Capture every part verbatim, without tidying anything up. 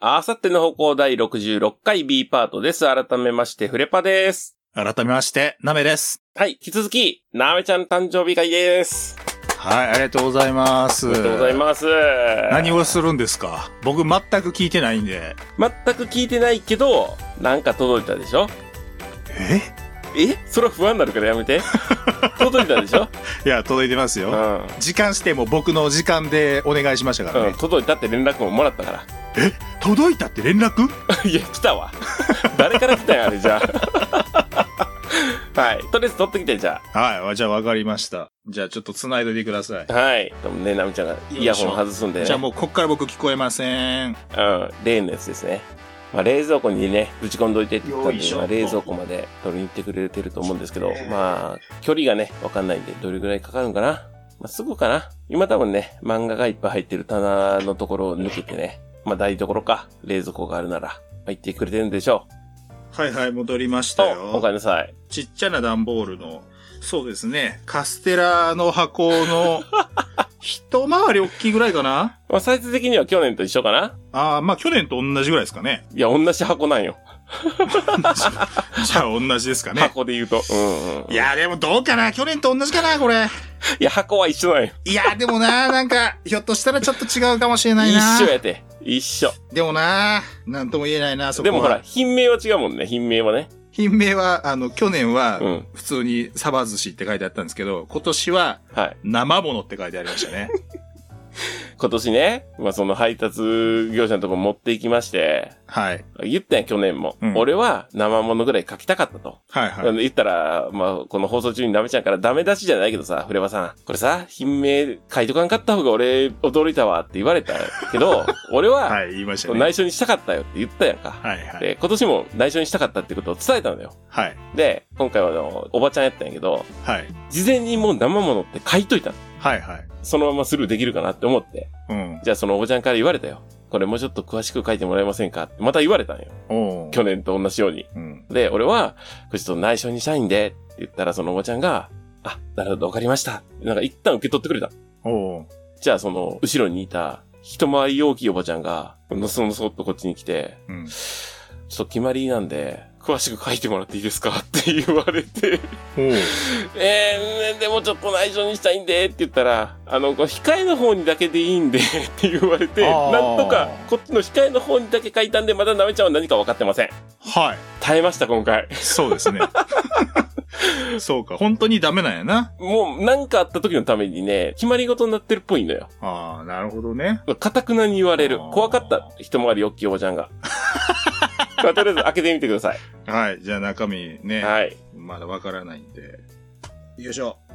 あさっての方向第ろくじゅうろっかい B パートです。改めまして、フレパです。 改めまして、ナメです。 はい、引き続き、ナメちゃん誕生日会です。 はい、ありがとうございます。 ありがとうございます。 何をするんですか？僕全く聞いてないんで。 全く聞いてないけど、なんか届いたでしょ？ ええそれは不安になるからやめて。届いたでしょ？ いや、届いてますよ。うん、時間指定も僕の時間でお願いしましたからね。うん、 届いたって連絡ももらったから。 え届いたって連絡？ いや、来たわ。誰から来たんや、あれ、じゃあ。はい。とりあえず取ってきて、じゃあ。 はい。じゃあ分かりました。じゃあちょっと繋いでおいてください。 はい。でもね、ナミちゃんがイヤホン外すんで、ね。 じゃあもうこっから僕聞こえません。 うん。例のやつですね。まあ冷蔵庫にね、ぶち込んどいてって言ったんで、まあ冷蔵庫まで取りに行ってくれてると思うんですけど、まあ、距離がね、わかんないんで、どれぐらいかかるんかな。まあすぐかな。今多分ね、漫画がいっぱい入ってる棚のところを抜けてね、まあ台所か、冷蔵庫があるなら、入ってくれてるんでしょう。はいはい、戻りましたよ。 おかえりなさい。 ちっちゃな段ボールの、そうですね、カステラの箱の、一回り大きいぐらいかな。 まあサイズ的には去年と一緒かな。 ああ、まあ去年と同じぐらいですかね。 いや、同じ箱なんよ。 じゃあ同じですかね。 箱で言うと。うんうん。 いや、でもどうかな？去年と同じかなこれ。 いや、箱は一緒なんよ。 いや、でもな、なんか、ひょっとしたらちょっと違うかもしれないな。 一緒やて。一緒。 でもな、なんとも言えないな、そこは。 でもほら、品名は違うもんね、品名はね。 品名は、あの、去年は、普通にサバ寿司って書いてあったんですけど、今年は、生物って書いてありましたね。 今年ね、まあその配達業者のとこ持って行きまして、 はい。 言ったんや、去年も。うん、俺は生物ぐらい書きたかったと。 はいはい。 言ったら、まあこの放送中にダメちゃんからダメ出しじゃないけどさ、フレバさん。これさ、品名書いとかんかった方が俺驚いたわって言われたけど、俺は、 はい、言いましたね。 内緒にしたかったよって言ったやんか。 はいはい。 で、今年も内緒にしたかったってことを伝えたのよ。 はい。 で、今回はあの、おばちゃんやったんやけど、 はい。 事前にもう生物って書いといたの。 はいはい。 そのままスルーできるかなって思って。うん。じゃあそのおばちゃんから言われたよ。これもうちょっと詳しく書いてもらえませんかってまた言われたんよ。お去年と同じように。うん。で、俺は、これちょっと内緒にしたいんでって言ったらそのおばちゃんが、あ、なるほどわかりました。なんか一旦受け取ってくれた。おじゃあその後ろにいた一回り大きいおばちゃんが、のそのそっとこっちに来て、うん。ちょっと決まりなんで、詳しく書いてもらっていいですかって言われてえー、でもちょっと内緒にしたいんでって言ったら、あの、控えの方にだけでいいんでって言われて、なんとかこっちの控えの方にだけ書いたんで、まだなめちゃんは何か分かってません。 はい。 耐えました、今回。 そうですね。そうか、本当にダメなんやな。 もう、なんかあった時のためにね、決まり事になってるっぽいのよ。 ああ、なるほどね。 かたくなに言われる。怖かった、一回り大きいおばちゃんが。まあ、とりあえず開けてみてください。 はい。じゃあ中身ね。 はい。 まだわからないんで。よいしょ。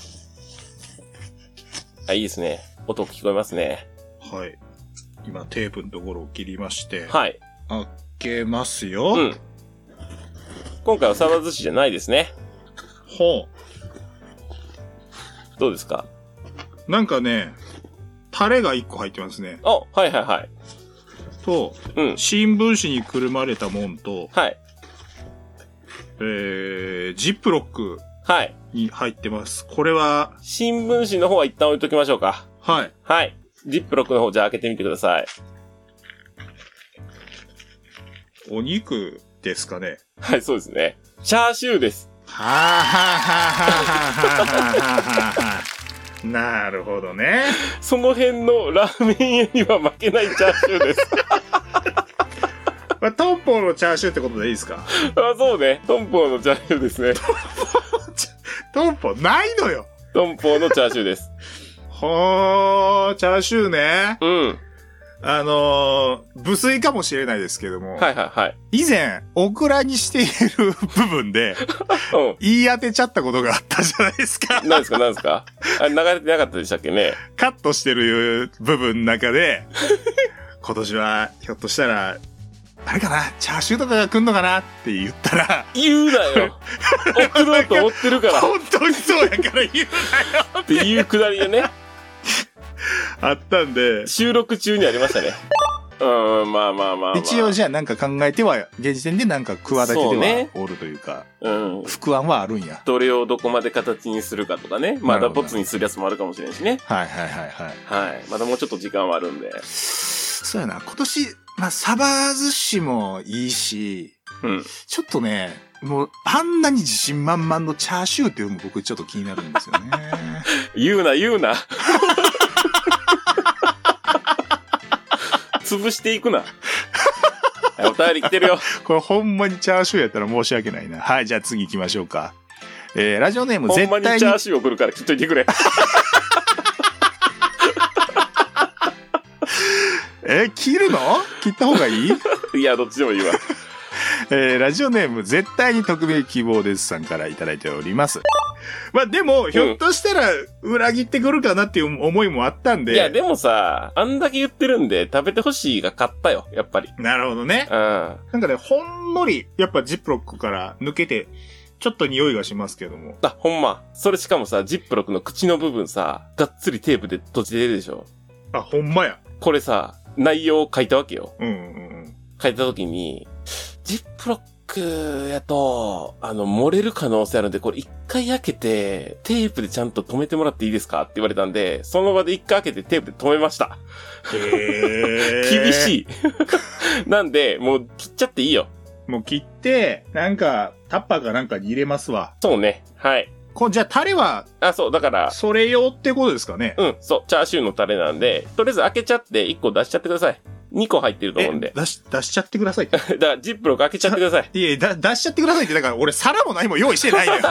あ、いいですね。音聞こえますね。 はい。今テープのところを切りまして。 はい。 開けますよ。 うん。今回はサバ寿司じゃないですね。 ほう。 どうですか？ なんかね、タレが一個入ってますね。 あ、はいはいはい。 と、うん、新聞紙にくるまれたもんと、 はい。 えー、ジップロック。はい。に入ってます。これは、 新聞紙の方は一旦置いときましょうか。 はい。 はい。ジップロックの方じゃあ開けてみてください。 お肉ですかね。 はい、そうですね。チャーシューです。 はぁはぁはぁはぁはぁはぁはぁ。なるほどね。 その辺のラーメン屋には負けないチャーシューです。 まあ、トンポウのチャーシューってことでいいですか？ あ、そうね。トンポウのチャーシューですね。 トンポウないのよ。 トンポウのチャーシューです。 はー、チャーシューね。 うん。 あのー、無粋かもしれないですけども。 はいはいはい。 以前、オクラにしている部分で、うん、言い当てちゃったことがあったじゃないですか。 何ですか何ですか？あれ流れてなかったでしたっけね？ カットしてる部分の中で、今年はひょっとしたら、あれかなチャーシューとかが来んのかなって言ったら。 言うなよ。送ろうと思ってるから。 本当にそうやから言うなよって。っていうくだりでね。 あったんで。 収録中にありましたね。うん、まあまあまあ、まあ。 一応じゃあなんか考えては、現時点でなんか企ててはおるというか、うね、うん。副案はあるんや。 どれをどこまで形にするかとかね。まだボツにするやつもあるかもしれんしね。 はいはいはいはい。 はい。まだもうちょっと時間はあるんで。 そうやな、今年、まあ、サバ寿司もいいし、 うん。 ちょっとね、もう、あんなに自信満々のチャーシューっていうのも僕ちょっと気になるんですよね。 言うな、言うな。潰していくな。お便り来てるよ。 これほんまにチャーシューやったら申し訳ないな。はい、じゃあ次行きましょうか。えー、ラジオネーム絶対に。 ほんまにチャーシュー送るから切っといてくれ。 え、切るの？切った方がいい？ いや、どっちでもいいわ。 えー、ラジオネーム絶対に匿名希望ですさんからいただいております。まあでも、ひょっとしたら裏切ってくるかなっていう思いもあったんで。 いや、でもさ、あんだけ言ってるんで食べてほしいが勝ったよ、やっぱり。 なるほどね。 うん。 なんかね、ほんのり、やっぱジップロックから抜けて、ちょっと匂いがしますけども。 あ、ほんま。それしかもさ、ジップロックの口の部分さ、がっつりテープで閉じてるでしょ。 あ、ほんまや。 これさ、内容を書いたわけよ。 うんうんうん。 書いたときに、ジップロックやと、あの、漏れる可能性あるんで、これ一回開けて、テープでちゃんと止めてもらっていいですかって言われたんで、その場で一回開けてテープで止めました。 へー。 厳しい。なんで、もう切っちゃっていいよ。 もう切って、なんか、タッパーかなんかに入れますわ。 そうね。はい。 こじゃあタレは、 あ、そう、だから。 それ用ってことですかね。 うん、そう、チャーシューのタレなんで、とりあえず開けちゃっていっこ出しちゃってください。にこ入ってると思うんで。 出し、出しちゃってくださいって。 だから、ジップロック開けちゃってください。 いや、だ、出しちゃってくださいって、だから俺皿も何も用意してないのよ。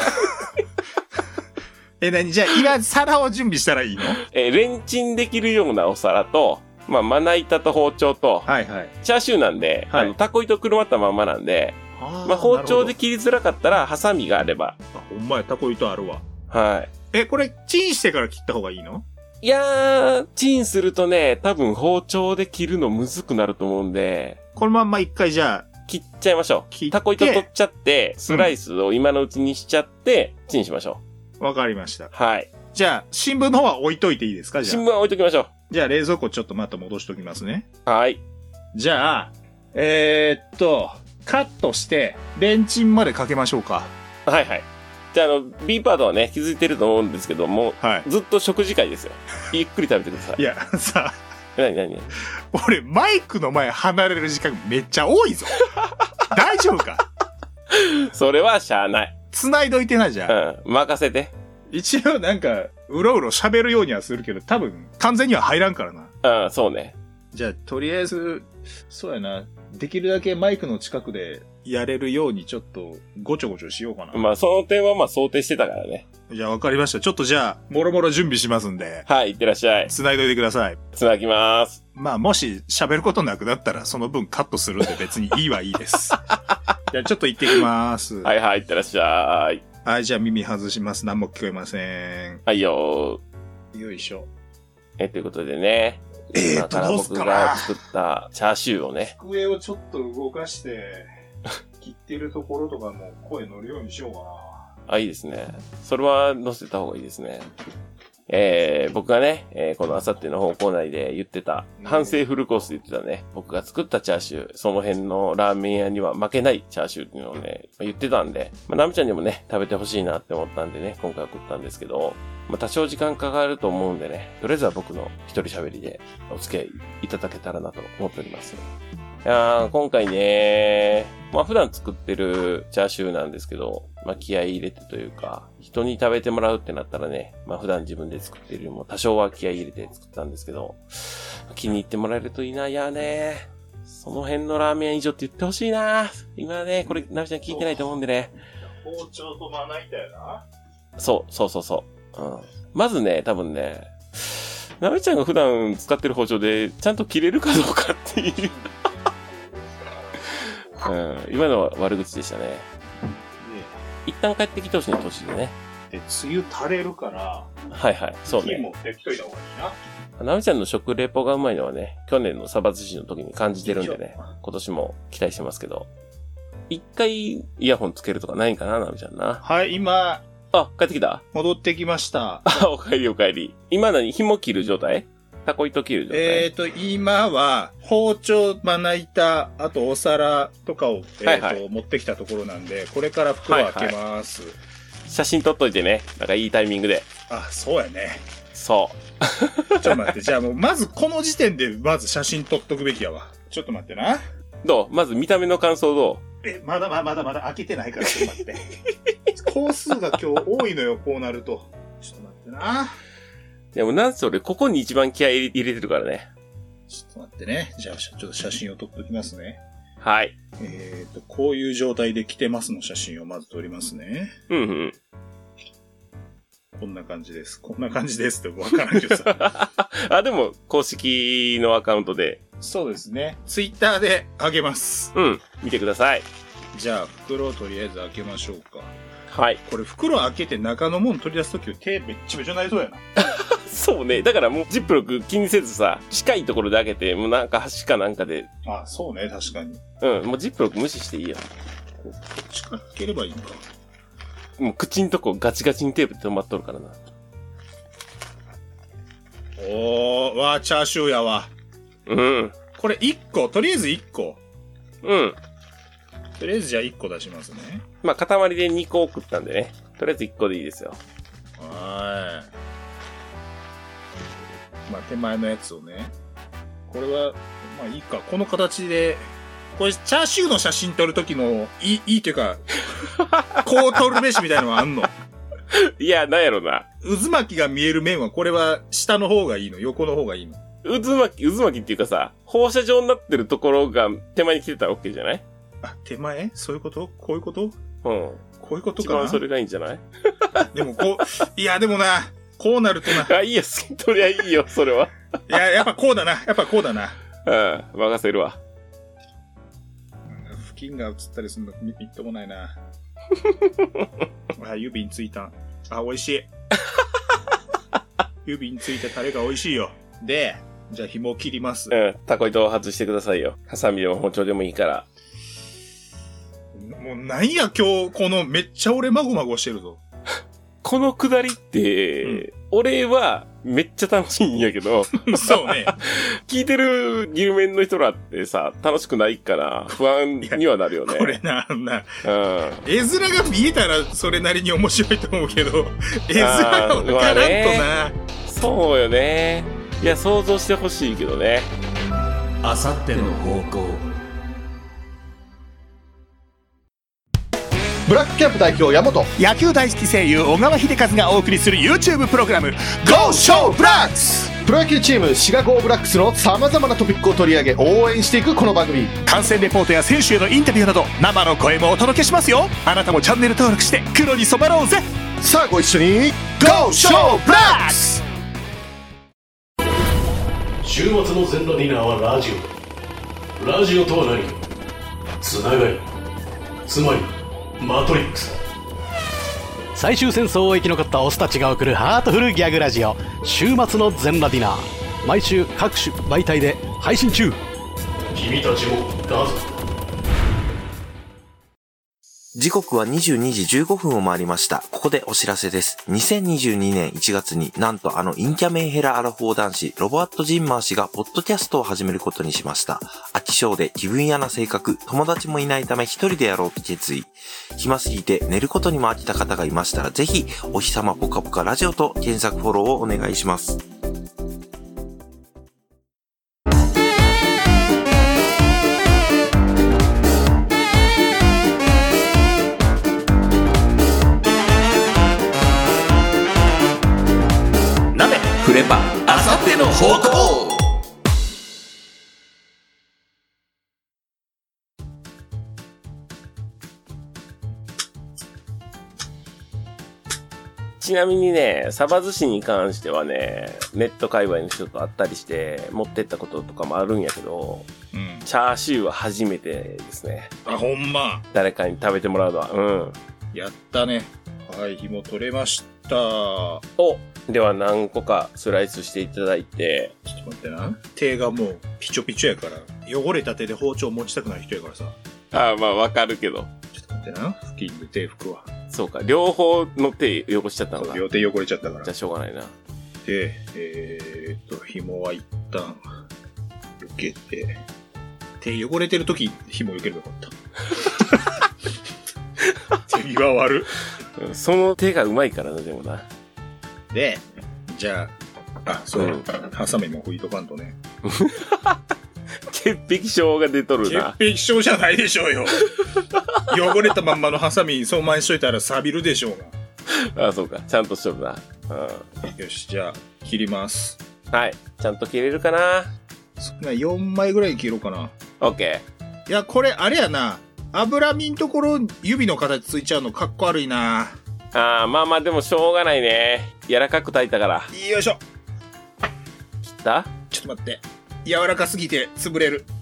え、なに、じゃあ今皿を準備したらいいの？ えー、レンチンできるようなお皿と、まあ、まな板と包丁と、 はいはい。 チャーシューなんで、はい、あの、タコ糸くるまったままなんで、あまあ、包丁で切りづらかったら、ハサミがあれば。 あ、ほんまや、タコ糸あるわ。 はい。 え、これ、チンしてから切った方がいいの？ いやー、チンするとね、多分包丁で切るのむずくなると思うんで。 このまんま一回じゃあ、 切っちゃいましょう。タコ糸取っちゃって、スライスを今のうちにしちゃって、チンしましょう。わかりました。 はい。 じゃあ、新聞の方は置いといていいですか？じゃあ。 新聞は置いときましょう。 じゃあ、冷蔵庫ちょっとまた戻しときますね。 はい。 じゃあ、えー、っと、カットして、レンチンまでかけましょうか。 はいはい。じゃあ、あの、B パートはね、気づいてると思うんですけども、 はい。 ずっと食事会ですよ。ゆっくり食べてください。 いや、さ、 なになに俺、マイクの前離れる時間めっちゃ多いぞ。大丈夫か？ それはしゃあない。 繋いどいてな、じゃあ。 うん、任せて。 一応なんか、うろうろ喋るようにはするけど、多分、完全には入らんからな。うん、そうね。 じゃあ、とりあえず、そうやな。できるだけマイクの近くでやれるようにちょっとごちょごちょしようかな。 まあ、その点はまあ想定してたからね。 じゃあ、わかりました。ちょっとじゃあ、もろもろ準備しますんで。 はい、いってらっしゃい。 繋いどいてください。 繋ぎまーす。 まあ、もし喋ることなくなったら、その分カットするんで別にいいはいいです。じゃあ、ちょっと行ってきます。 はいはい、いってらっしゃい。 はい、じゃあ耳外します。何も聞こえません。 はいよー。よいしょ。 え、ということでね。 えーと、どうすかな。 僕が作ったチャーシューをね。 机をちょっと動かして、切ってるところとかも声乗るようにしようかな。 あ、いいですね。それは載せた方がいいですね。えー、僕がね、えー、このあさっての方向内で言ってた、反省フルコースで言ってたね、僕が作ったチャーシュー、その辺のラーメン屋には負けないチャーシューっていうのをね、言ってたんで、まあ、ナミちゃんにもね、食べてほしいなって思ったんでね、今回送ったんですけど、まあ、多少時間かかると思うんでね、とりあえずは僕の一人喋りでお付き合いいただけたらなと思っております。いやー、今回ね、まあ普段作ってるチャーシューなんですけど、まあ気合い入れてというか、人に食べてもらうってなったらね、まあ普段自分で作ってるよりも多少は気合い入れて作ったんですけど、気に入ってもらえるといいな。いやね、その辺のラーメン以上って言ってほしいな。今ね、これ、ナミちゃん聞いてないと思うんでね。 包丁とまな板やな。 そう、そうそうそう。うん。まずね、多分ね、ナミちゃんが普段使ってる包丁でちゃんと切れるかどうかっていう。うん、今のは悪口でしたね。ね一旦帰ってきてほしいね、途中でね。 で、つゆ垂れるから、 はいはい、そうね。 火持ってきといた方がいいな。 ナミちゃんの食レポがうまいのはね、去年のサバ寿司の時に感じてるんでね、今年も期待してますけど。一回イヤホンつけるとかないんかな、ナミちゃんな。 はい、今。 あ、帰ってきた？ 戻ってきました。 あ、お帰りお帰り。今何？紐切る状態？タコ糸切る状態？ えっと、今は、包丁、まな板、あとお皿とかを、えっと、はいはい、持ってきたところなんで、これから袋を開けます、はいはい。 写真撮っといてね。なんかいいタイミングで。 あ、そうやね。 そう。ちょっと待って、じゃあもう、まずこの時点で、まず写真撮っとくべきやわ。ちょっと待ってな。 どうまず見た目の感想どうえ、まだまだまだまだ開けてないから、ちょっと待って。工数が今日多いのよ、こうなると。ちょっと待ってな。 でもなんせ俺、ここに一番気合い入れてるからね。 ちょっと待ってね。じゃあ、ちょっと写真を撮っときますね。 はい。 えっと、こういう状態で着てますの写真をまず撮りますね。 うんうん。 こんな感じです。こんな感じですってわからんけどさ。 あ、でも、公式のアカウントで。 そうですね。ツイッターであげます。 うん。見てください。 じゃあ、袋をとりあえず開けましょうか。 はい。 これ袋開けて中のもん取り出すとき手めっちゃめちゃなりそうやな。 そうね。だからもうジップロック気にせずさ、近いところで開けて、もうなんか端かなんかで。 あ、そうね。確かに。 うん。もうジップロック無視していいよ。 こっちから開ければいいんか。 もう口んとこガチガチにテープで止まっとるからな。 おー、わー、チャーシューやわ。 うん。 これいっこ、とりあえずいっこ。 うん。 とりあえずじゃあいっこ出しますね。 まあ、塊でにこ送ったんでね。とりあえずいっこでいいですよ。 はーい。まあ、手前のやつをね。これは、まあいいか。この形で、これ、チャーシューの写真撮るときの、いい、いいというか、こう撮るべしみたいなのはあんの？ いや、なんやろな。 渦巻きが見える面は、これは下の方がいいの？横の方がいいの？ 渦巻き、渦巻きっていうかさ、放射状になってるところが手前に来てたら OK じゃない？ あ、手前？そういうこと？こういうこと？うん。 こういうことかな？ 一番それがいいんじゃない？ でもこう、いやでもな、こうなるとな。 あ、いいよ、好きとりゃいいよ、それは。 いや、やっぱこうだな。やっぱこうだな。 うん、任せるわ。 布巾が映ったりするのみ、みっともないな。あ、指についた。あ、美味しい。指についたタレが美味しいよ。で、じゃあ紐を切ります。 うん、タコ糸を外してくださいよ。ハサミでも包丁でもいいから。 もうなんや今日、このめっちゃ俺まごまごしてるぞ。 このくだりって、うん、俺はめっちゃ楽しいんやけど。 そうね。 聞いてるギルメンの人らってさ、楽しくないから不安にはなるよね。 これな、な、 うん。 絵面が見えたらそれなりに面白いと思うけど、絵面がわからんとな、ね。 そうよね。いや、想像してほしいけどね。 あさっての方向。 ブラックキャンプ代表山本、 野球大好き声優小川秀和がお送りする YouTube プログラム Go Show Blacks。 プロ野球チーム滋賀ゴーブラックスのさまざまなトピックを取り上げ応援していくこの番組。 観戦レポートや選手へのインタビューなど生の声もお届けしますよ。あなたもチャンネル登録して黒に染まろうぜ。 さあご一緒に Go Show Blacks。 週末の全裸ディナーはラジオ。ラジオとは何か？つながり、つまりマトリックス。 最終戦争を生き残ったオスたちが送るハートフルギャグラジオ、週末の全裸ディナー、毎週各種媒体で配信中。 君たちもどうぞ。 時刻はにじゅうにじじゅうごふんを回りました。ここでお知らせです。にせんにじゅうにねんいちがつになんとあのインキャメンヘラアラフォー男子ロバート・ジンマー氏がポッドキャストを始めることにしました。飽き性で気分屋な性格、友達もいないため一人でやろうと決意。暇すぎて寝ることにも飽きた方がいましたらぜひお日様ぽかぽかラジオと検索フォローをお願いします。 フレパあさっての方向。 ちなみにね、サバ寿司に関してはね、ネット界隈の人と会ったりして持ってったこととかもあるんやけど、うん、チャーシューは初めてですね。 あ、ほんま。 誰かに食べてもらうのは。うん。 やったね。はい、紐取れました。 お、では何個かスライスしていただいて。 ちょっと待ってな。手がもうピチョピチョやから、汚れた手で包丁持ちたくない人やからさ。 ああ、まあわかるけど。 ちょっと待ってな。付近で手拭くわ。 そうか、両方の手汚しちゃったのか。 両手汚れちゃったから。 じゃあしょうがないな。 で、えー、っと、紐は一旦、受けて、手汚れてるとき、紐受ければよかった。手際悪。 その手がうまいからな、でもな。 で、じゃあ、 あ、そう。うん、ハサミも拭いとかんとね。 潔癖症が出とるな。 潔癖症じゃないでしょうよ。汚れたまんまのハサミそのままにしといたら錆びるでしょうが。あ、そうか。ちゃんとしとるな。 うん、よし、じゃあ、切ります。 はい。ちゃんと切れるかな。 そんなよんまいぐらい切ろうかな。 オッケー。いや、これ、あれやな。脂身んところ、指の形ついちゃうのかっこ悪いな。 あー、まあまあ、でもしょうがないね。柔らかく炊いたから。 よいしょ。 切った？ ちょっと待って。柔らかすぎて潰れる。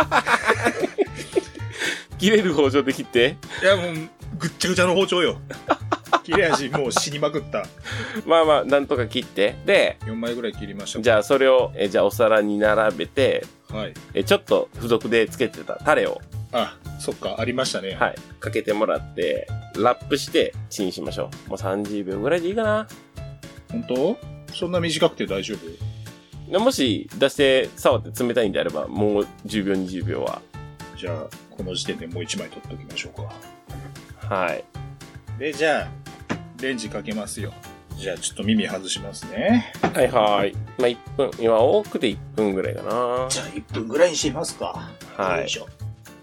切れる包丁で切って。 いや、もう、ぐっちゃぐちゃの包丁よ。切れ味もう死にまくった。 まあまあ、なんとか切って。で、 よんまいぐらい切りました。 じゃあ、それを、えじゃあ、お皿に並べて、 はい。 えちょっと付属でつけてたタレを。 あ、そっか、ありましたね。 はい。かけてもらって、ラップしてチンしましょう。もうさんじゅうびょうぐらいでいいかな。 本当？そんな短くて大丈夫？ もし出して触って冷たいんであれば、もうじゅうびょう、にじゅうびょうは。 じゃあ、この時点でもういちまい取っておきましょうか。 はい。 で、じゃあ、レンジかけますよ。じゃあ、ちょっと耳外しますね。 はいはい。まあ、いっぷん。今、多くていっぷんぐらいかな。 じゃあ、いっぷんぐらいにしますか。 はい。 よいしょ。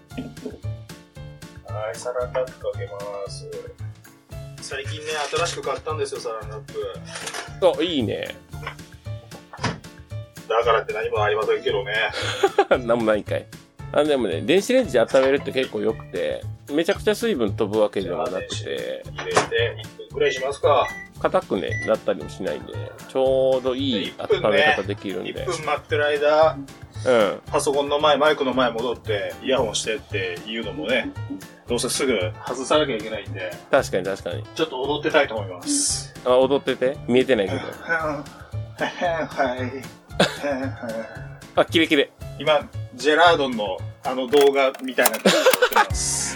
はい、サランラップかけます。最近ね、新しく買ったんですよ、サランラップ。 あ、いいね。 だからって何もありませんけどね。 何もないんかい。あ、でもね、電子レンジで温めるって結構良くて、めちゃくちゃ水分飛ぶわけではなくて、 入れていっぷんぐらいしますか。 硬くね、なったりもしないんで、ちょうどいい温め方できるんで。 いっぷん待ってる間、 うん。 パソコンの前、マイクの前戻って、イヤホンしてっていうのもね、どうせすぐ外さなきゃいけないんで。 確かに確かに。 ちょっと踊ってたいと思います。 あ、踊ってて見えてないけど。 はい。 あ、キレキレ。 今、ジェラードンのあの動画みたいな感じで撮ってます。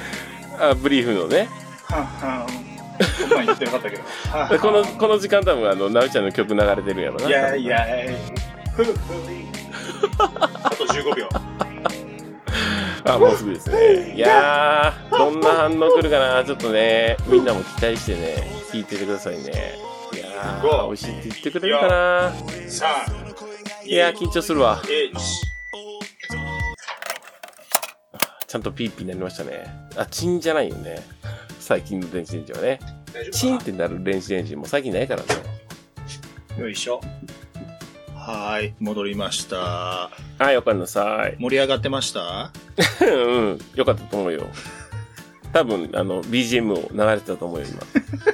あ、ブリーフのね。 はんはん。こんなん言ってなかったけど。 この、この時間多分あの、なおちゃんの曲流れてるんやろな。 いやいやふふあとじゅうごびょう。 あ、もうすぐですね。いやー、どんな反応来るかな。ちょっとね、みんなも期待してね、聞いててくださいね。いやー、美味しいって言ってくれるかな。 さあ、 いやー、緊張するわ。 いちちゃんとピーピーになりましたね。あ、チンじゃないよね。最近の電子レンジはね。チンってなる電子レンジも最近ないからね。 よいしょ。はい、戻りました。 はい、おかえりなさい。 盛り上がってましたうん、よかったと思うよ。多分、あの、ビージーエム を流れてたと思うよ、今。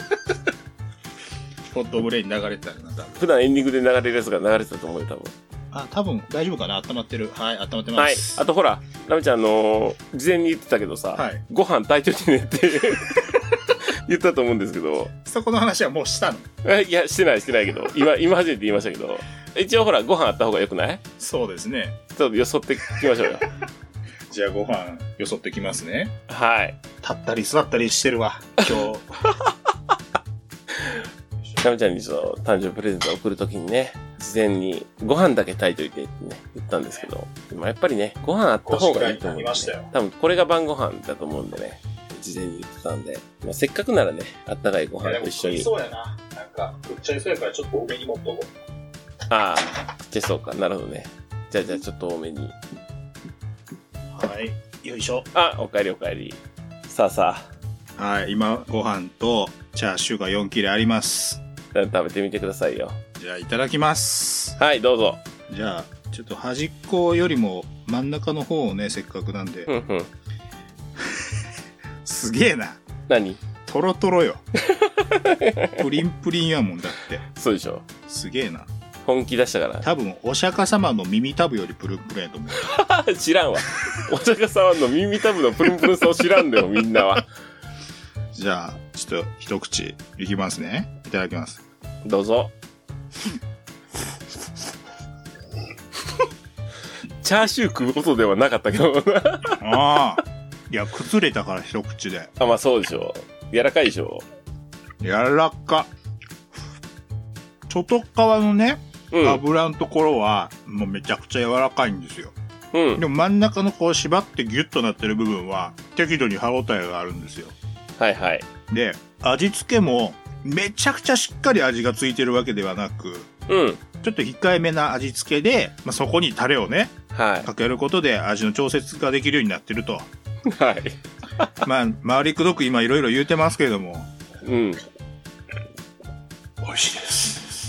ポッドブレイン流れてたな、多分。 普段エンディングで流れるやつが流れてたと思うよ、多分。 あ、多分大丈夫かな。温まってる。はい、温まってます。 はい。あとほら、ラメちゃん、あのー、事前に言ってたけどさ、はい、ご飯炊いといてねって言ったと思うんですけど。 そこの話はもうしたの？ いや、してない、してないけど、今、今初めて言いましたけど、一応ほら、ご飯あった方が良くない？ そうですね。 ちょっとよそってきましょうよ。 じゃあご飯よそってきますね。 はい。 立ったり座ったりしてるわ、今日。 ラメちゃんにちょっと誕生日プレゼントを送るときにね、事前にご飯だけ炊いといてってね、言ったんですけど、今やっぱりね、ご飯あった方がいいと思うんで、ね、多分これが晩ご飯だと思うんでね、事前に言ってたんで、まあ、せっかくならね、あったかいご飯と一緒に。 そうやな。なんか、食っちゃいそうやからちょっと多めに持っとこう。 ああ、食っちゃいそうか。なるほどね。じゃあじゃあちょっと多めに。 はい。よいしょ。 あ、おかえりおかえり。さあさあ。はい、今、ご飯とチャーシューがよん切れあります。 食べてみてくださいよ。 じゃあいただきます。 はい、どうぞ。 じゃあちょっと端っこよりも真ん中の方をね、せっかくなんで。 うんうん。 すげえな。 何？ トロトロよ。プリンプリンやもんだって。 そうでしょ。 すげえな。 本気出したから。 多分お釈迦様の耳たぶよりプルンプルンやと思う。知らんわ。お釈迦様の耳たぶのプルンプルンさを知らんだよ、みんなは。 じゃあちょっと一口いきますね。いただきます。 どうぞ。チャーシュー食うことではなかったけどああ、いや崩れたから一口で。 あ、まあそうでしょう。柔らかいでしょう。柔らか。外側のね、うん、油のところはもうめちゃくちゃ柔らかいんですよ。うん。でも真ん中のこう縛ってギュッとなってる部分は適度に歯応えがあるんですよ。 はいはい。 で、味付けもめちゃくちゃしっかり味がついてるわけではなく、 うん。 ちょっと控えめな味付けで、まあ、そこにタレをね、はい。かけることで味の調節ができるようになってると。 はい。 まあ、周りくどく今いろいろ言うてますけれども。 うん。 美味しいです。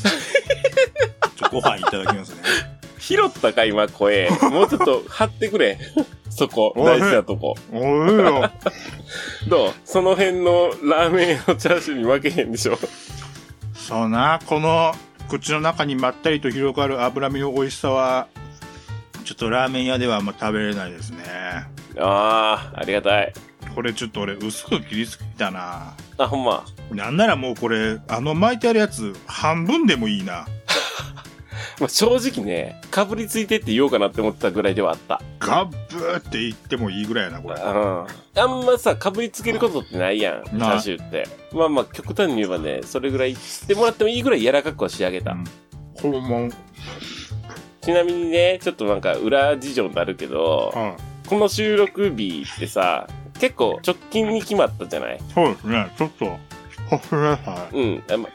ちょご飯いただきますね。 拾ったか今声。もうちょっと張ってくれ。そこ、大事なとこ。 おいよ。 どう？その辺のラーメン屋のチャーシューに負けへんでしょ。 そうな、この口の中にまったりと広がる脂身の美味しさは、ちょっとラーメン屋ではあんま食べれないですね。 ああ、ありがたい。 これちょっと俺薄く切りすぎたな。 あ、ほんま。 なんならもうこれ、あの巻いてあるやつ半分でもいいな。 まあ正直ね、かぶりついてって言おうかなって思ったぐらいではあった。 ガブーって言ってもいいぐらいやな、これ。うん。 あんまさ、かぶりつけることってないやん、チャーシューって。まあまあ、極端に言えばね、それぐらいしてもらってもいいぐらい柔らかくは仕上げた。うん、 ホルモン。 ちなみにね、ちょっとなんか裏事情になるけど、うん、この収録日ってさ、結構直近に決まったじゃない？ そうですね、ちょっと、ほふれさい。うん、あま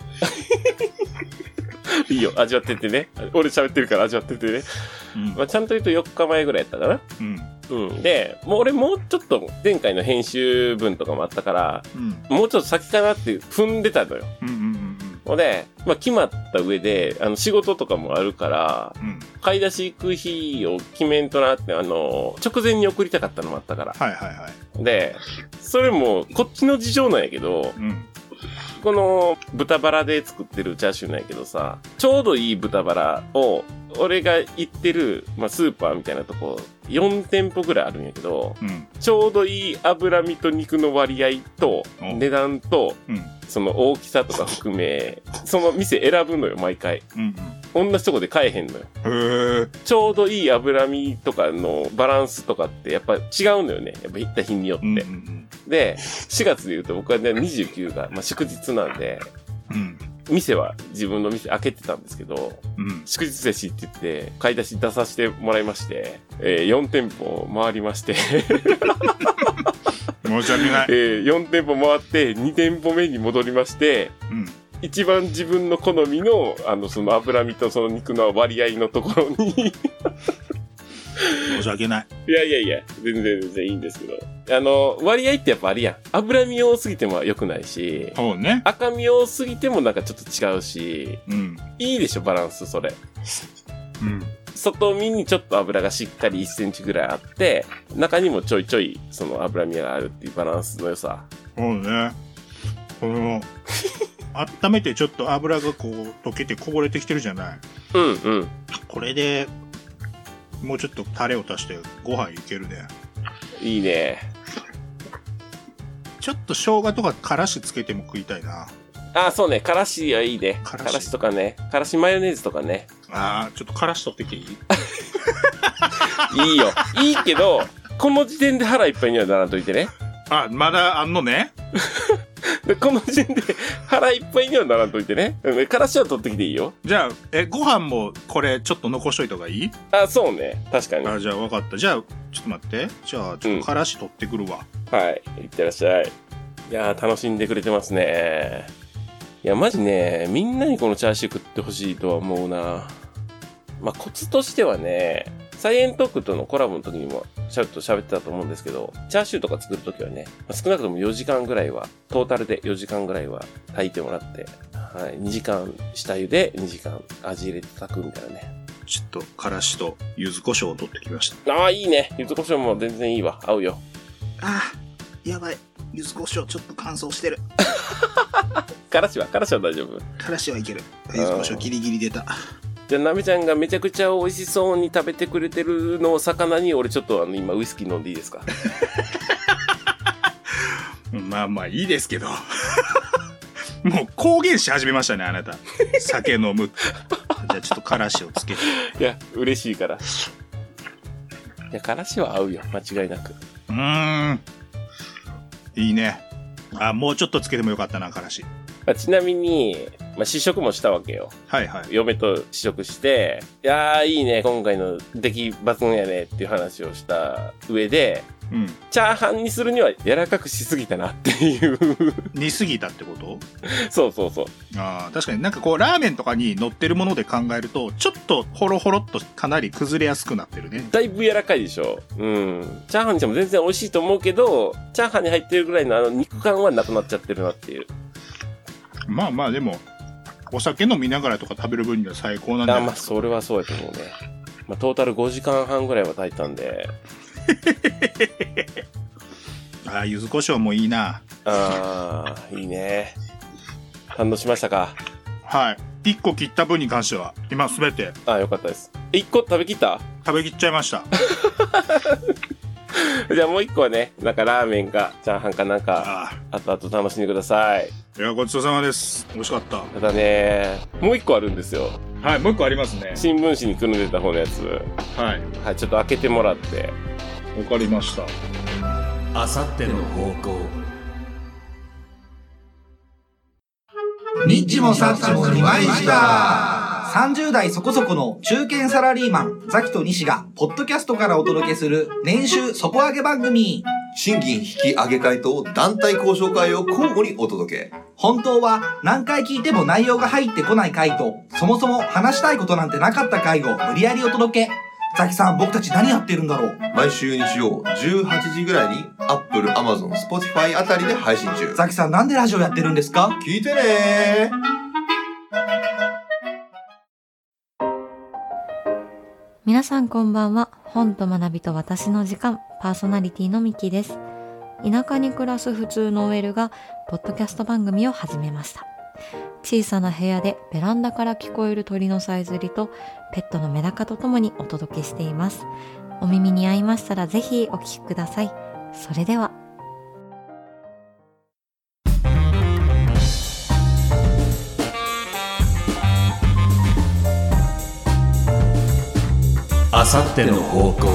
いいよ、味わってってね。俺喋ってるから味わってってね。うん、まあ、ちゃんと言うとよっかまえぐらいやったかな。うん。うん。で、もう俺もうちょっと前回の編集分とかもあったから、うん、もうちょっと先かなって踏んでたのよ。うんうんうんうん。で、まあ決まった上で、あの仕事とかもあるから、うん、買い出し行く日を決めんとなって、あの、直前に送りたかったのもあったから。 はいはいはい。 で、それもこっちの事情なんやけど、うんこの豚バラで作ってるチャーシューなんやけどさ、ちょうどいい豚バラを、俺が行ってる、まあ、スーパーみたいなとこ、よんてんぽぐらいあるんやけど、うん、ちょうどいい脂身と肉の割合と、値段と、うん、その大きさとか含め、その店選ぶのよ、毎回。うんうん、同じとこで買えへんのよ。へー。ちょうどいい脂身とかのバランスとかってやっぱ違うのよね。やっぱ行った日によって。うんうんうん、で、しがつで言うと僕はね、にじゅうくが、まあ、祝日なんで、うん、店は自分の店開けてたんですけど、うん、祝日ですって言って買い出し出させてもらいまして、えー、よんてんぽ回りまして申し訳ない、 えー、よんてんぽ回ってにてんぽめに戻りまして、うん、一番自分の好みのあのその脂身とその肉の割合のところに申し訳ない。 いやいやいや、全然全然いいんですけど。あの、割合ってやっぱあるやん。脂身多すぎても良くないし。 そうね。 赤身多すぎてもなんかちょっと違うし。うん。いいでしょ、バランス、それ。うん。外身にちょっと油がしっかりいっセンチぐらいあって、中にもちょいちょいその脂身があるっていうバランスの良さ。 そうね。この、温めてちょっと油がこう溶けてこぼれてきてるじゃない。 うんうん。 これで、もうちょっとタレを足してご飯いけるね。 いいね。 ちょっと生姜とかからしつけても食いたいな。 ああ、そうね。からしはいいね。からしとかね。からしマヨネーズとかね。 ああ、ちょっとからし取ってきていい？ いいよ。いいけど、この時点で腹いっぱいにはならんといてね。 あ、まだあんのね。 でこの時点で腹いっぱいにはならんといてね。からしは取ってきていいよ。 じゃあ、え、ご飯もこれちょっと残しといた方がいい？ あ、そうね。確かに。 あ、じゃあ分かった。じゃあ、ちょっと待って。じゃあ、ちょっとからし取ってくるわ。 うん、はい。いってらっしゃい。いやー、楽しんでくれてますね。いや、マジね、みんなにこのチャーシュー食ってほしいとは思うな。まあ、コツとしてはね、サイエントークとのコラボの時にもちょっと喋ってたと思うんですけど、チャーシューとか作る時はね、少なくともよじかんぐらいは、トータルでよじかんぐらいは炊いてもらって、はい、にじかん下茹で、にじかん味入れて炊くみたいなね。 ちょっと、からしと柚子胡椒を取ってきました。 ああ、いいね。柚子胡椒も全然いいわ。合うよ。 ああ、やばい。柚子胡椒ちょっと乾燥してる。 からしはからしは大丈夫？ からしはいける。柚子胡椒ギリギリ出た。 じゃあ、なべちゃんがめちゃくちゃ美味しそうに食べてくれてるのを魚に、俺ちょっとあの、今ウイスキー飲んでいいですか？ まあまあいいですけど。もう公言し始めましたね、あなた。酒飲む。じゃあちょっとからしをつけて。 いや、嬉しいから。いや、からしは合うよ、間違いなく。 うーん。いいね。あ、もうちょっとつけてもよかったな、からし。 ちなみに、 まあ試食もしたわけよ。 はいはい。 嫁と試食して、いやーいいね、今回の出来抜群やねっていう話をした上で、うん、チャーハンにするには柔らかくしすぎたなっていう煮すぎたってこと？ そうそうそう。 ああ、確かになんかこうラーメンとかに乗ってるもので考えるとちょっとホロホロっとかなり崩れやすくなってるね。 だいぶ柔らかいでしょ。うん。チャーハンにしても全然美味しいと思うけど、チャーハンに入ってるぐらいのあの肉感はなくなっちゃってるなっていう。 まあまあでもお酒飲みながらとか食べる分には最高なんだよ。 あ、まあそれはそうやと思うね。まあトータルごじかんはんぐらいは炊いたんで。 ああ、柚子胡椒もいいな。 ああ、いいね。堪能しましたか？ はい。いっこ切った分に関しては今すべて。 ああ、よかったです。いっこ食べきった？ 食べきっちゃいました。 じゃあもういっこはね、なんかラーメンかチャーハンかなんか、あとあと楽しんでください。 いや、ごちそうさまです。美味しかった。 ただね、もういっこあるんですよ。 はい、もういっこありますね。 新聞紙にくるんでた方のやつ。 はい。 はい、ちょっと開けてもらって。 わかりました。 あさっての方向。 ニッチもサッチも二枚したさんじゅう代そこそこの中堅サラリーマンザキと西がポッドキャストからお届けする年収底上げ番組。 賃金引き上げ会と団体交渉会を交互にお届け。 本当は何回聞いても内容が入ってこない回と、そもそも話したいことなんてなかった回を無理やりお届け。ザキさん、僕たち何やってるんだろう。 毎週日曜じゅうはちじぐらいに Apple、Amazon、Spotify あたりで配信中。 ザキさん、なんでラジオやってるんですか？ 聞いてねー。 皆さんこんばんは。本と学びと私の時間、パーソナリティのミキです。田舎に暮らす普通の オーエル がポッドキャスト番組を始めました。小さな部屋でベランダから聞こえる鳥のさえずりとペットのメダカとともにお届けしています。お耳に合いましたらぜひお聞きください。それでは。 あさっての方向。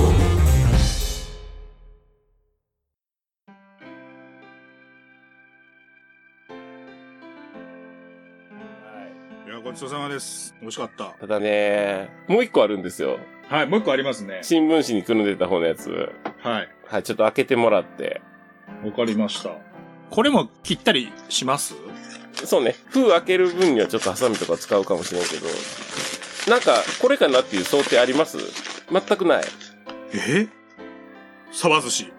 ごちそうさまです。美味しかった。 ただね、もう一個あるんですよ。 はい、もう一個ありますね。 新聞紙にくるんでた方のやつ。 はい。 はい、ちょっと開けてもらって。 わかりました。これも切ったりします？ そうね。封開ける分にはちょっとハサミとか使うかもしれんけど。なんか、これかなっていう想定あります？全くない。 え？サバ寿司。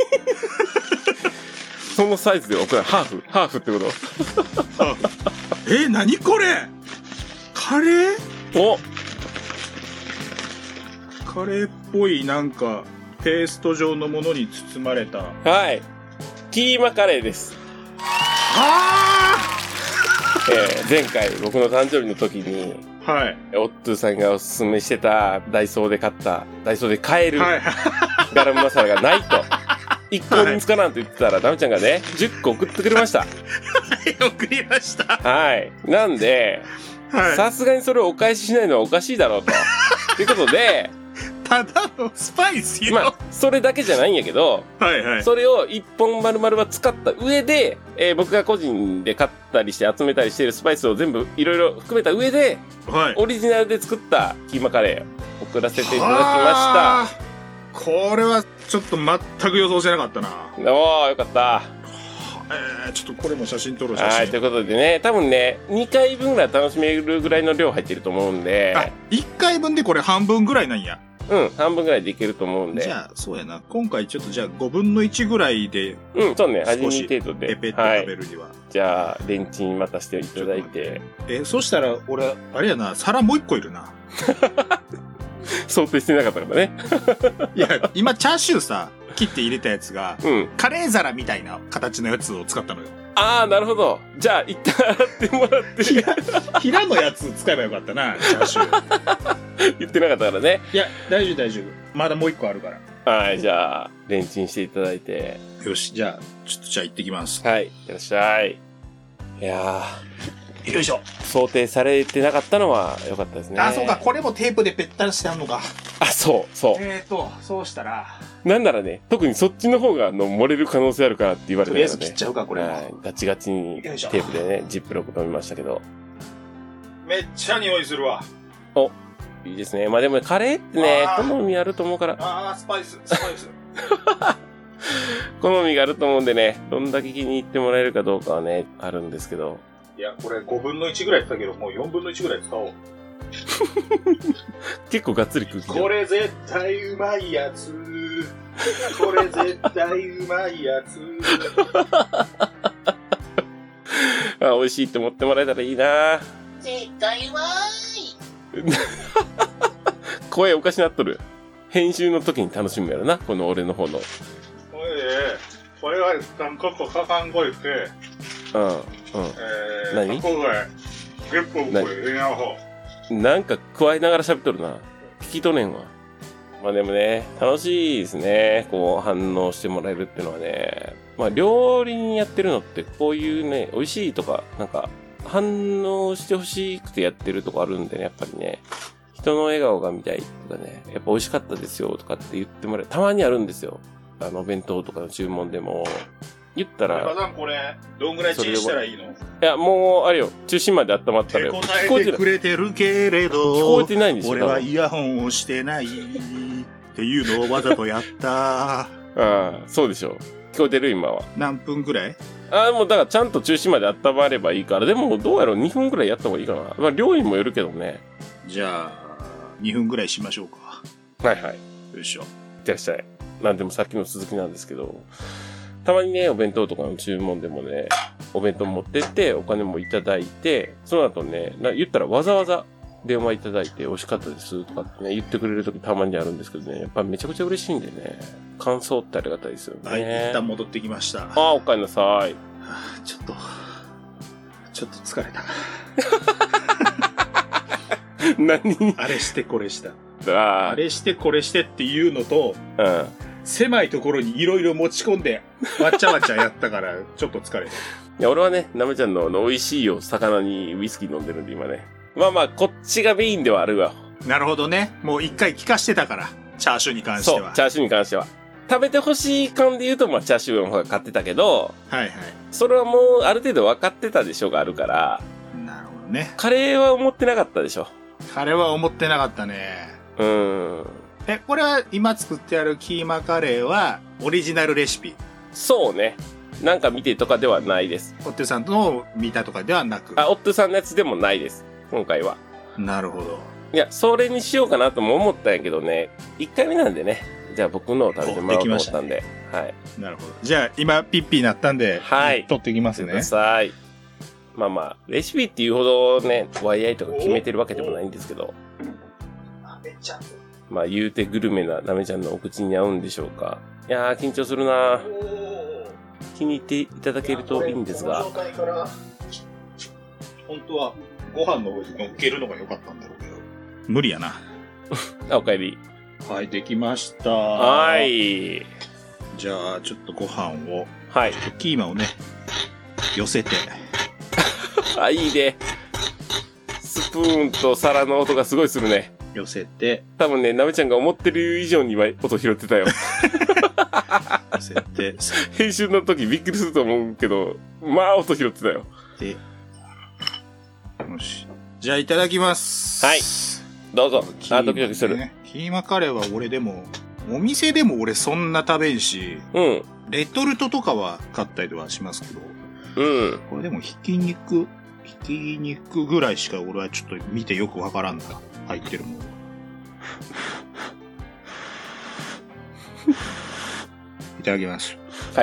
そのサイズで送らハーフハーフってこと？ ハーフ。え、何これ？カレー？ おカレーっぽいなんかペースト状のものに包まれた。 はい。キーマカレーです。 はぁえー、前回僕の誕生日の時に、 はい。 オットゥさんがおすすめしてたダイソーで買った、ダイソーで買えるガラムマサラがないと。いっこ見つからんと言ってたら、ダメちゃんがね、じゅっこ送ってくれました。はい 、送りました。 はい。なんで、さすがにそれをお返ししないのはおかしいだろうと。ということで、 ただのスパイスよ。 まあ、それだけじゃないんやけど、 はいはい。 それを一本丸々は使った上で、えー、僕が個人で買ったりして集めたりしているスパイスを全部いろいろ含めた上で、はい、オリジナルで作ったキーマカレーを送らせていただきました。 これはちょっと全く予想してなかったな。 おー、よかった。 えー、ちょっとこれも写真撮ろう、写真。 はい、ということでね、多分ね、にかいぶんぐらい楽しめるぐらいの量入ってると思うんで。 あ、いっかいぶんでこれ半分ぐらいなんや。 うん、半分ぐらいでいけると思うんで。 じゃあ、そうやな。今回ちょっとじゃあごぶんのいちぐらいで。 うん、そうね、味見程度で。 ペペって食べるには。はい、 じゃあ、レンチンまたしていただいて。 え、そしたら俺、あれやな、皿もういっこいるな。 想定してなかったからね。 いや、今チャーシューさ、切って入れたやつが、 うん、 カレー皿みたいな形のやつを使ったのよ。 ああ、なるほど。じゃあ、一旦洗ってもらって。 平のやつ使えばよかったな、チャーシュー。 言ってなかったからね。 いや、大丈夫大丈夫。まだもう一個あるから。 はい、じゃあ、レンチンしていただいて。 よし、じゃあ、ちょっとじゃあ行ってきます。 はい、いってらっしゃい。いやー。よいしょ。 想定されてなかったのは良かったですね。 あ、そうか。これもテープでぺったりしてあんのか。 あ、そう、そう。 えーと、そうしたら。 なんならね、特にそっちの方がの漏れる可能性あるからって言われたからね。 とりあえず切っちゃうか、これ。 はい。ガチガチにテープでね、ジップロック止めましたけど。 めっちゃ匂いするわ。 お、いいですね。まあでもカレーってね、好みあると思うから。 ああ、スパイス、スパイス。 好みがあると思うんでね、どんだけ気に入ってもらえるかどうかはね、あるんですけど。 いや、これごぶんのいちぐらい使ったけど、もうよんぶんのいちぐらい使おう。 結構がっつり空気。 これ絶対うまいやつ。これ絶対うまいやつ。 あ、美味しいって思ってもらえたらいいな。 絶対うまい。 声おかしなっとる。編集の時に楽しむやろな、この俺の方の。 これで、これが一旦ちょっとかかんこいって、 うん、うん。 えー、 何？ ここが、結構これ、やほう。なんか加えながら喋っとるな。聞き取れんわ。まあでもね、楽しいですね。こう反応してもらえるっていうのはね。まあ料理人やってるのってこういうね、美味しいとか、なんか反応してほしくてやってるとこあるんでね、やっぱりね。人の笑顔が見たいとかね、やっぱ美味しかったですよとかって言ってもらえる。たまにあるんですよ。あの、弁当とかの注文でも。言ったら。 中さんこれ、どんぐらいチンしたらいいの？いや、もう、あれよ、中心まで温まったらよ。 聞こえてくれてるけれど、 聞こえてないんですよ。 俺はイヤホンをしてないっていうのをわざとやった。 ああ、そうでしょ。聞こえてる今は。 何分ぐらい？ ああ、もうだからちゃんと中心まで温まればいいから、でもどうやろう、にふんぐらいやった方がいいかな。まあ、量にもよるけどね。 じゃあ、にふんぐらいしましょうか。 はいはい。 よいしょ。いってらっしゃい。なんでもさっきの続きなんですけど、たまにね、お弁当とかの注文でもね、お弁当持ってって、お金もいただいて、その後ね、な言ったらわざわざ電話いただいて美味しかったですとかってね、言ってくれるときたまにあるんですけどね、やっぱめちゃくちゃ嬉しいんでね、感想ってありがたいですよね。 はい、一旦戻ってきました。 ああ、おかえりなさい。 ちょっと、ちょっと疲れた。 何？ あれしてこれした。 ああれしてこれしてっていうのと、 うん、 狭いところにいろいろ持ち込んで、わちゃわちゃやったから、ちょっと疲れた。いや、俺はね、なめちゃんの美味しいお魚にウイスキー飲んでるんで、今ね。まあまあ、こっちがメインではあるわ。 なるほどね。もう一回聞かしてたから、チャーシューに関しては。 そう、チャーシューに関しては。食べてほしい感で言うと、まあ、チャーシューの方が買ってたけど、 はいはい。 それはもう、ある程度分かってたでしょがあるから。 なるほどね。 カレーは思ってなかったでしょ。 カレーは思ってなかったね。 うーん。 え、これは今作ってあるキーマカレーはオリジナルレシピ？ そうね。なんか見てとかではないです。 オットゥさんの見たとかではなく。 あ、オットゥさんのやつでもないです。今回は。 なるほど。 いや、それにしようかなとも思ったんやけどね。一回目なんでね。じゃあ僕のを食べてもらおうと思ったんで。ね、はい。 なるほど。じゃあ今ピッピーなったんで、はい。取ってきますね。ください。まあまあ、レシピっていうほどね、割合とか決めてるわけでもないんですけど。 なめちゃん。 まあ言うてグルメななめちゃんのお口に合うんでしょうか。いやー、緊張するな。気に入っていただけるといいんですが。 本当はご飯の上に乗っけるのが良かったんだろうけど。無理やな。 あ、おかえり。 はい、できました。 はい。 じゃあ、ちょっとご飯を。 はい。 キーマをね、寄せて。 あ、いいね。スプーンと皿の音がすごいするね。 寄せて。 多分ね、なめちゃんが思ってる以上に音拾ってたよ。 寄せて。 編集の時びっくりすると思うけど、まあ音拾ってたよ。 で、よし。じゃあいただきます。 はい。どうぞ。あ、ドキドキする。 キーマカレーは俺でも、お店でも俺そんな食べんし、 うん。 レトルトとかは買ったりはしますけど、 うん。 これでもひき肉、ひき肉ぐらいしか俺はちょっと見てよくわからんな。入ってるもの。いただきます。 はい。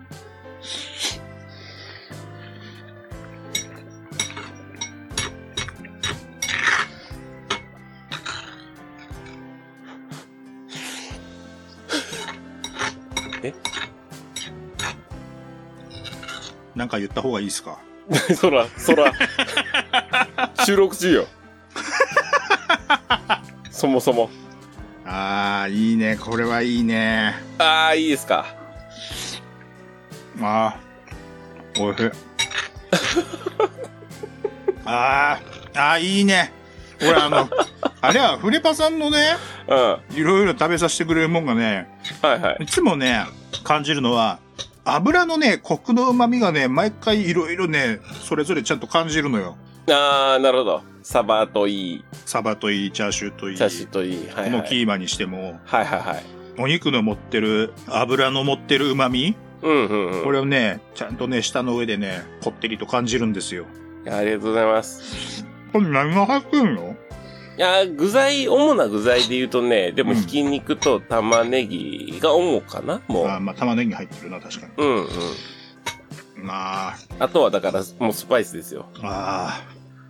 え？ なんか言った方がいいですか？ そら、そら。収録中よ。そもそも。 ああ、いいね。これはいいね。 ああ、いいですか。 ああ、おいしい。ああ、ああ、いいね。俺あの、あれはフレパさんのね、 うん。 いろいろ食べさせてくれるもんがね、 はいはい。 いつもね、感じるのは、油のね、コクの旨味がね、毎回いろいろね、それぞれちゃんと感じるのよ。 あー、なるほど。 サバといい。 サバといい、チャーシューといい。 チャーシューといい。はい、はい。 このキーマにしても。 はいはいはい。 お肉の持ってる、油の持ってる旨味。 うんうんうん。 これをね、ちゃんとね、舌の上でね、こってりと感じるんですよ。 ありがとうございます。 これ何が入ってんの？ いや、具材、主な具材で言うとね、でもひき肉と玉ねぎが主かな、もう。 あまあ玉ねぎ入ってるな、確かに。 うんうん。 まあ。 あとはだから、もうスパイスですよ。 ああ。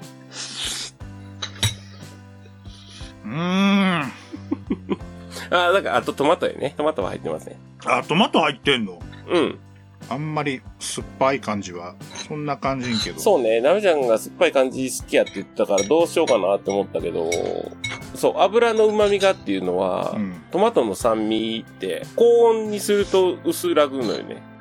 うーん。ああ、だから、あとトマトやね。トマトは入ってますね。 あ、トマト入ってんの？ うん。 あんまり酸っぱい感じは、そんな感じんけど。 そうね、なめちゃんが酸っぱい感じ好きやって言ってたからどうしようかなって思ったけど、そう、油の旨味がっていうのは、うん、トマトの酸味って高温にすると薄らぐのよね。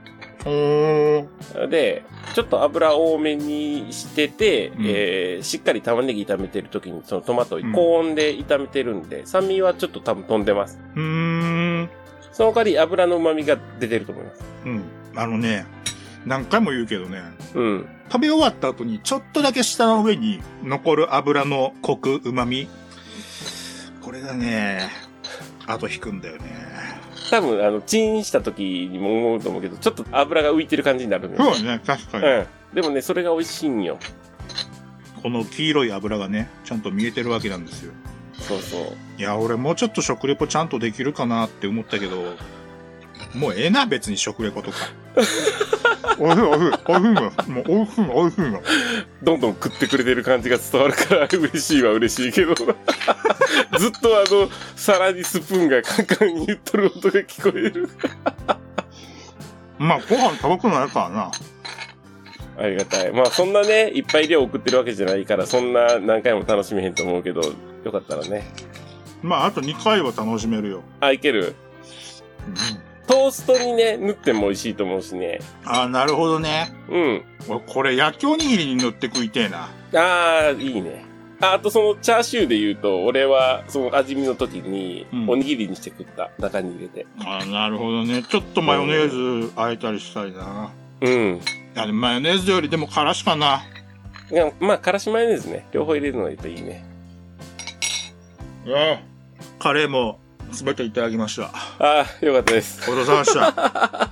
で、ちょっと油多めにしてて、うん、えー、しっかり玉ねぎ炒めてる時にそのトマトを高温で炒めてるんで、うん、酸味はちょっと多分飛んでます。 うーん。 その代わり油の旨味が出てると思います。 うん。あのね、何回も言うけどね。 うん。 食べ終わった後にちょっとだけ舌の上に残る油のコク、旨味。これがね、後引くんだよね。 多分、あの、チンした時にも思うと思うけど、ちょっと油が浮いてる感じになるんだよね。そうね、確かに。 うん。でもね、それが美味しいんよ。 この黄色い油がね、ちゃんと見えてるわけなんですよ。 そうそう。 いや、俺もうちょっと食レポちゃんとできるかなって思ったけど、もうええな、別に食レポとか。おいしいおいしい、おいしいの。もうおいしいの、おいしいの。 どんどん食ってくれてる感じが伝わるから嬉しいは嬉しいけど。ずっとあの、皿にスプーンがカンカン言っとる音が聞こえる。 まあ、ご飯食べくないからな。 ありがたい。まあ、そんなね、いっぱい量送ってるわけじゃないから、そんな何回も楽しめへんと思うけど、よかったらね。 まあ、あとにかいは楽しめるよ。 あ、いける。うん。トーストにね、塗っても美味しいと思うしね。 ああ、なるほどね。 うん。 俺、これ、焼きおにぎりに塗って食いてえな。 ああ、いいね。あ、あとその、チャーシューで言うと、俺は、その味見の時に、おにぎりにして食った。うん、中に入れて。 ああ、なるほどね。ちょっとマヨネーズあえたりしたいな。 うん。 いや、マヨネーズよりでもからしかな。 いや、まあ、からしマヨネーズね。両方入れるのがやっぱいいね。 いや、カレーも、すべていただきました。 ああ、よかったです。 ごちそうさまでした。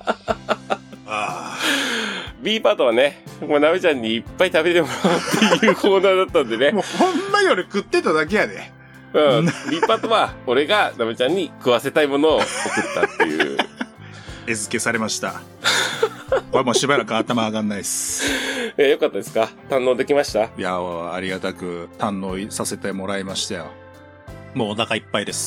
あ B パートはね、もうなべちゃんにいっぱい食べてもらおうっていうコーナーだったんでね。 もうほんまより食ってただけやで。 うん。B パートは、俺がなべちゃんに食わせたいものを送ったっていう。 餌付けされました。これもうしばらく頭上がんないです。 えー、よかったですか？堪能できました？ いや、ありがたく堪能させてもらいましたよ。もうお腹いっぱいです。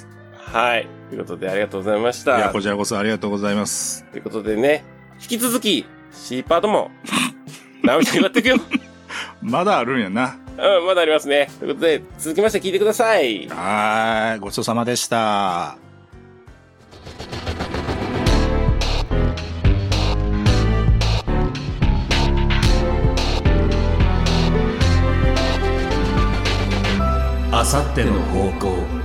はい。ということでありがとうございました。 いや、こちらこそありがとうございます。 ということでね、引き続き C パートも、なめちゃんやっていくよ。 まだあるんやな。 うん、まだありますね。ということで、続きまして聞いてください。 はーい、ごちそうさまでした。 あさっての方向